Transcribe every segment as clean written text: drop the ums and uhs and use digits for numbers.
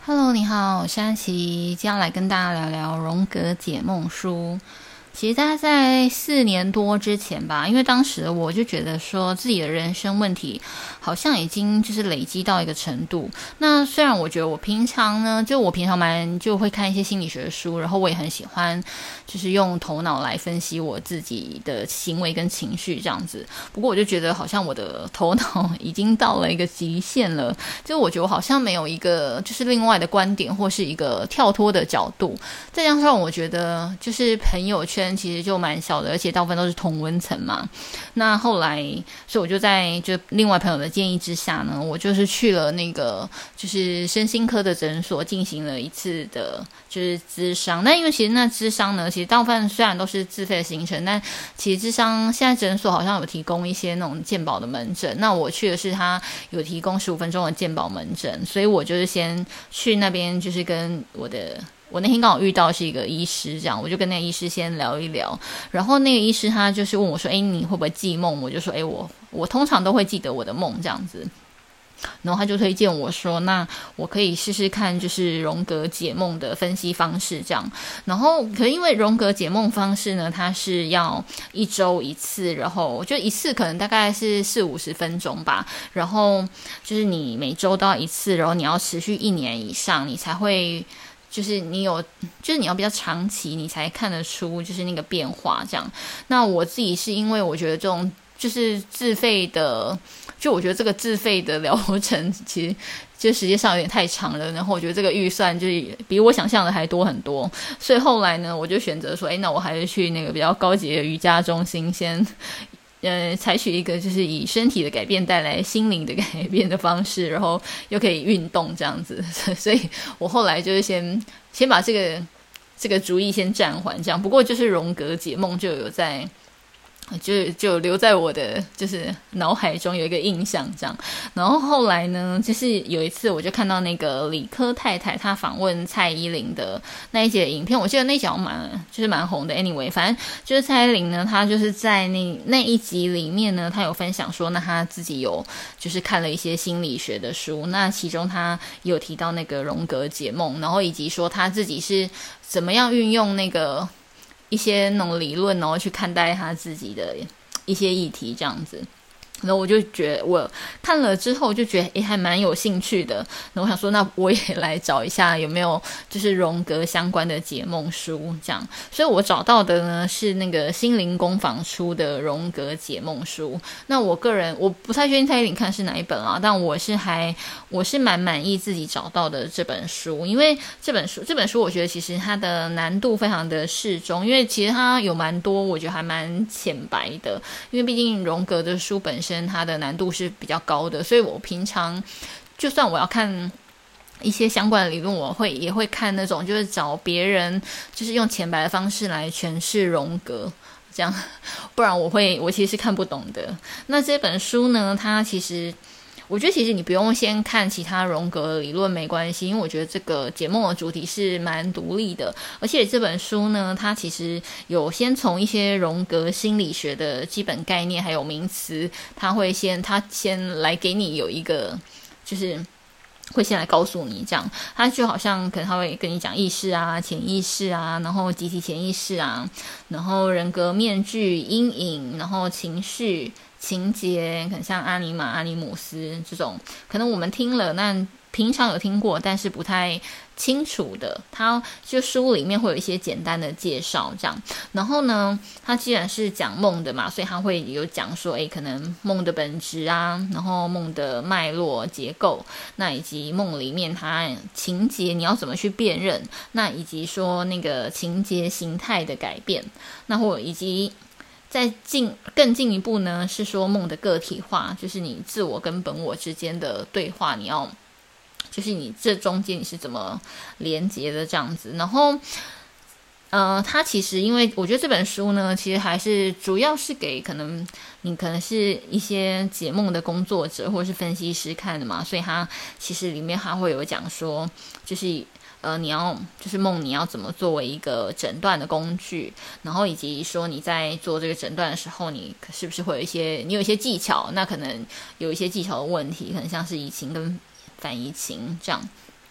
Hello，你好，我是安琪，今天要来跟大家聊聊荣格解梦书。其实大概在4年多之前吧，因为当时我就觉得说自己的人生问题好像已经就是累积到一个程度。那虽然我觉得我平常就会看一些心理学的书，然后我也很喜欢就是用头脑来分析我自己的行为跟情绪这样子。不过我就觉得好像我的头脑已经到了一个极限了，就我觉得我好像没有一个就是另外的观点或是一个跳脱的角度。再加上我觉得就是朋友圈其实就蛮小的，而且大部分都是同温层嘛。那后来，所以我就在另外朋友的建议之下呢，我就是去了那个就是身心科的诊所进行了一次的就是咨商。那因为其实那咨商呢，其实大部分虽然都是自费的行程，但其实咨商现在诊所好像有提供一些那种健保的门诊。那我去的是他有提供15分钟的健保门诊，所以我就是先去那边，就是跟我那天刚好遇到是一个医师，这样我就跟那个医师先聊一聊，然后那个医师他就是问我说：“你会不会记梦？”我就说：“我通常都会记得我的梦这样子。”然后他就推荐我说：“那我可以试试看，就是荣格解梦的分析方式这样。”然后可因为荣格解梦方式呢，它是要1周1次，然后就一次可能大概是40-50分钟吧，然后就是你每周都要1次，然后你要持续1年以上，你才会。就是你要比较长期，你才看得出就是那个变化这样。那我自己是因为我觉得这种就是自费的，就我觉得这个自费的疗程其实就实际上有点太长了，然后我觉得这个预算就是比我想象的还多很多，所以后来呢，我就选择说，那我还是去那个比较高级的瑜伽中心先。采取一个就是以身体的改变带来心灵的改变的方式，然后又可以运动这样子，所以我后来就是先把这个主意先暂缓这样。不过就是荣格解梦就有在。就留在我的就是脑海中有一个印象这样。然后后来呢，就是有一次我就看到那个理科太太她访问蔡依林的那一节影片，我记得那一集蛮红的。anyway， 反正就是蔡依林呢，她就是在那一集里面呢，她有分享说，那她自己有就是看了一些心理学的书，那其中她有提到那个荣格解梦，然后以及说她自己是怎么样运用那个一些那种理论，然后去看待他自己的一些议题这样子。然后我就觉得我看了之后就觉得还蛮有兴趣的，然后我想说那我也来找一下有没有就是荣格相关的解梦书这样。所以我找到的呢是那个心灵工坊出的荣格解梦书。那我个人我不太确定蔡依林看是哪一本啊，但我是蛮满意自己找到的这本书。因为这本书我觉得其实它的难度非常的适中，因为其实它有蛮多我觉得还蛮浅白的，因为毕竟荣格的书本身它的难度是比较高的，所以我平常就算我要看一些相关的理论，也会看那种就是找别人就是用浅白的方式来诠释荣格这样，不然我其实是看不懂的。那这本书呢，它我觉得其实你不用先看其他荣格理论没关系，因为我觉得这个解梦的主题是蛮独立的，而且这本书呢，它其实有先从一些荣格心理学的基本概念还有名词，它先来给你有一个就是会先来告诉你这样。它就好像可能他会跟你讲意识啊、潜意识啊，然后集体潜意识啊，然后人格面具、阴影，然后情绪情节，可能像阿尼玛、阿尼姆斯这种，可能我们听了，那平常有听过，但是不太清楚的，它就书里面会有一些简单的介绍这样。然后呢，它既然是讲梦的嘛，所以它会有讲说，可能梦的本质啊，然后梦的脉络结构，那以及梦里面它情节你要怎么去辨认，那以及说那个情节形态的改变，那或以及更进一步呢，是说梦的个体化，就是你自我跟本我之间的对话，就是你这中间你是怎么连接的这样子。然后它其实因为我觉得这本书呢，其实还是主要是给可能是一些解梦的工作者或者是分析师看的嘛，所以它其实里面还会有讲说，就是就是梦你要怎么作为一个诊断的工具，然后以及说你在做这个诊断的时候，你是不是会有一些技巧，那可能有一些技巧的问题，可能像是移情跟反移情这样。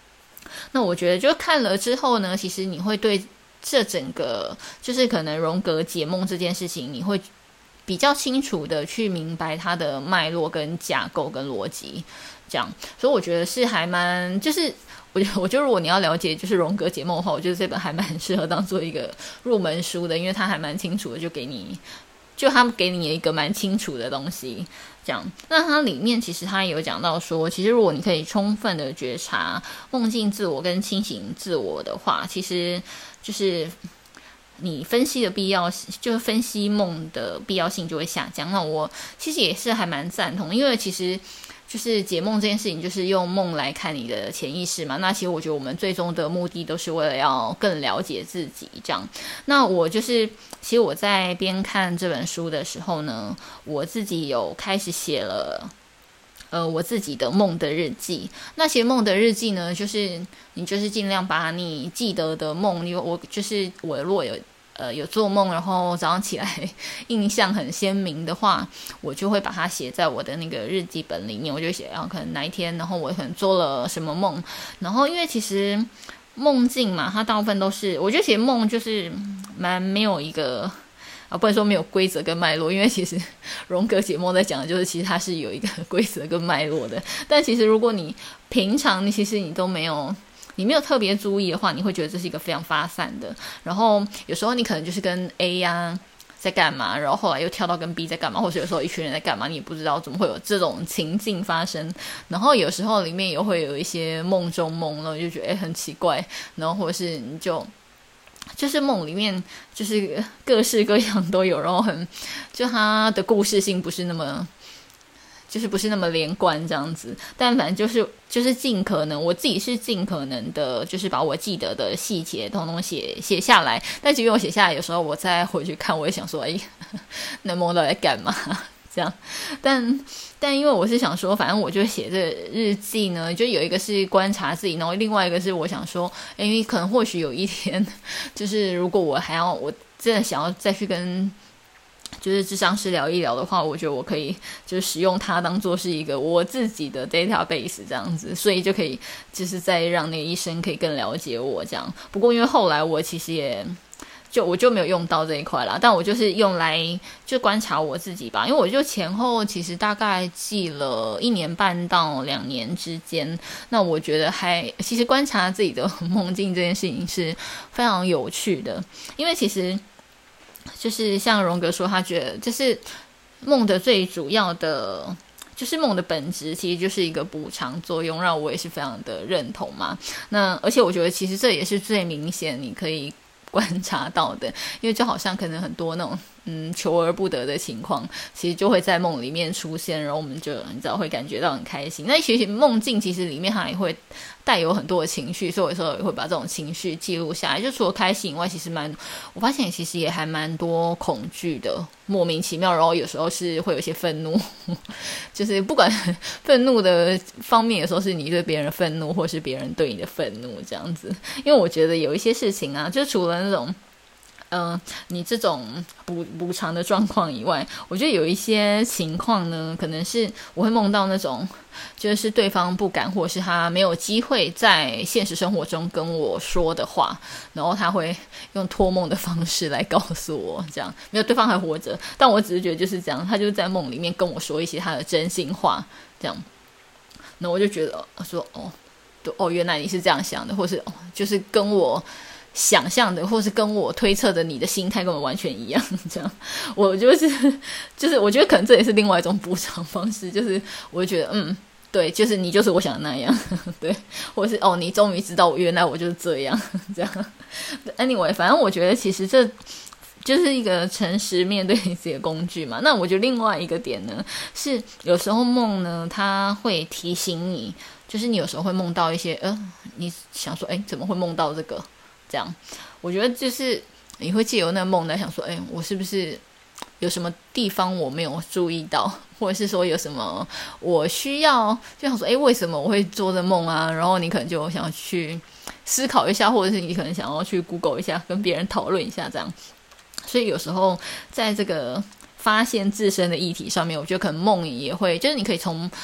那我觉得就看了之后呢，其实你会对这整个就是可能荣格解梦这件事情，你会比较清楚的去明白它的脉络跟架构跟逻辑，这样。所以我觉得是还蛮，就是我觉得如果你要了解就是荣格解梦的话，我觉得这本还蛮适合当做一个入门书的，因为它还蛮清楚的，就他们给你一个蛮清楚的东西，这样。那它里面其实它有讲到说，其实如果你可以充分的觉察梦境自我跟清醒自我的话，其实就是你分析的必要，就是分析梦的必要性就会下降。那我其实也是还蛮赞同，因为其实就是解梦这件事情，就是用梦来看你的潜意识嘛。那其实我觉得我们最终的目的都是为了要更了解自己，这样。那我就是，其实我在边看这本书的时候呢，我自己有开始写了。我自己的梦的日记。那写梦的日记呢，就是你就是尽量把你记得的梦，因为我就是我如果有做梦，然后早上起来印象很鲜明的话，我就会把它写在我的那个日记本里面。我就写，然后可能哪一天，然后我可能做了什么梦，然后因为其实梦境嘛，它大部分都是，我觉得写梦就是蛮没有一个。不能说没有规则跟脉络，因为其实荣格解梦在讲的就是其实它是有一个规则跟脉络的，但其实如果你平常其实你没有特别注意的话，你会觉得这是一个非常发散的，然后有时候你可能就是跟 A 在干嘛，然后后来又跳到跟 B 在干嘛，或者有时候一群人在干嘛，你也不知道怎么会有这种情境发生，然后有时候里面也会有一些梦中梦，然后就觉得很奇怪，然后或者是你就是梦里面就是各式各样都有，然后就它的故事性不是那么连贯这样子，但反正就是尽可能，我自己是尽可能的，就是把我记得的细节统统写下来。但即便我写下来，有时候我再回去看，我也想说，那梦到底在干嘛？这样，但因为我是想说，反正我就写这日记呢，就有一个是观察自己，然后另外一个是我想说，因为可能或许有一天，就是如果我真的想要再去跟就是諮商師聊一聊的话，我觉得我可以就是使用它当做是一个我自己的 database 这样子，所以就可以就是再让那个医生可以更了解我这样。不过因为后来我其实我就没有用到这一块啦，但我就是用来就观察我自己吧，因为我就前后其实大概记了1年半到2年之间，那我觉得其实观察自己的梦境这件事情是非常有趣的，因为其实就是像荣格说，他觉得就是梦的最主要的。就是梦的本质其实就是一个补偿作用，让我也是非常的认同嘛。那而且我觉得其实这也是最明显你可以观察到的，因为就好像可能很多那种求而不得的情况，其实就会在梦里面出现，然后我们就你知道会感觉到很开心。那其实梦境其实里面它也会带有很多的情绪，所以我有时候也会把这种情绪记录下来。就除了开心以外，其实我发现其实也还蛮多恐惧的，莫名其妙，然后有时候是会有一些愤怒，就是不管愤怒的方面，有时候是你对别人的愤怒，或是别人对你的愤怒这样子。因为我觉得有一些事情啊，就除了那种你这种补偿的状况以外，我觉得有一些情况呢，可能是我会梦到那种就是对方不敢，或者是他没有机会在现实生活中跟我说的话，然后他会用托梦的方式来告诉我，这样没有对方还活着，但我只是觉得就是这样，他就是在梦里面跟我说一些他的真心话，这样，那我就觉得说原来你是这样想的，或是就是跟我想象的或是跟我推测的你的心态根本完全一样，这样我就是我觉得可能这也是另外一种补偿方式，就是我就觉得对，就是你就是我想的那样，对，或是你终于知道我原来我就是这样，这样 anyway 反正我觉得其实这就是一个诚实面对你自己的工具嘛。那我觉得另外一个点呢，是有时候梦呢它会提醒你，就是你有时候会梦到一些你想说怎么会梦到这个，这样我觉得就是你会借由那个梦来想说我是不是有什么地方我没有注意到，或者是说有什么我需要就想说为什么我会做这梦啊，然后你可能就想要去思考一下，或者是你可能想要去 Google 一下，跟别人讨论一下这样。所以有时候在这个发现自身的议题上面，我觉得可能梦也会，就是你可以从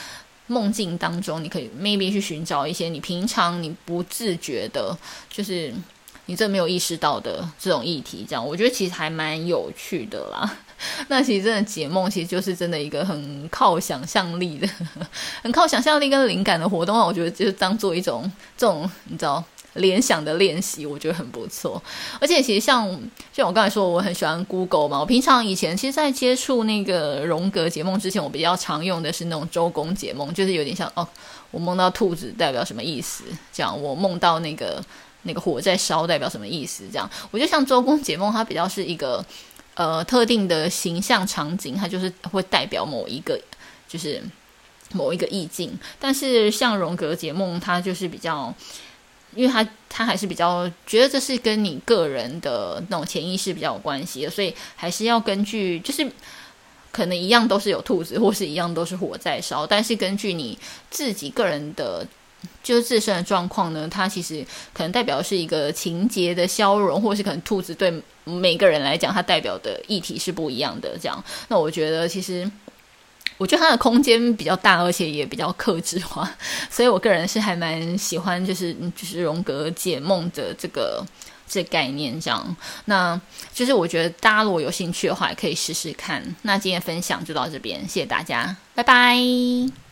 梦境当中，你可以 maybe 去寻找一些你平常你不自觉的，就是你这没有意识到的这种议题，这样我觉得其实还蛮有趣的啦。那其实真的解梦其实就是真的一个很靠想象力的很靠想象力跟灵感的活动，我觉得就是当做一种这种你知道联想的练习，我觉得很不错。而且其实像我刚才说我很喜欢 Google 嘛，我平常以前其实在接触那个荣格解梦之前，我比较常用的是那种周公解梦，就是有点像我梦到兔子代表什么意思，这样我梦到那个火在烧代表什么意思，这样我觉得像周公解梦它比较是一个特定的形象场景，它就是会代表某一个意境。但是像荣格解梦它就是比较，因为他还是比较觉得这是跟你个人的那种潜意识比较有关系的，所以还是要根据，就是可能一样都是有兔子，或是一样都是火在烧，但是根据你自己个人的就是自身的状况呢，它其实可能代表的是一个情节的消融，或是可能兔子对每个人来讲它代表的议题是不一样的，这样。那我觉得它的空间比较大，而且也比较客制化，所以我个人是还蛮喜欢就是荣格解梦的这概念这样。那就是我觉得大家如果有兴趣的话也可以试试看。那今天的分享就到这边，谢谢大家，拜拜。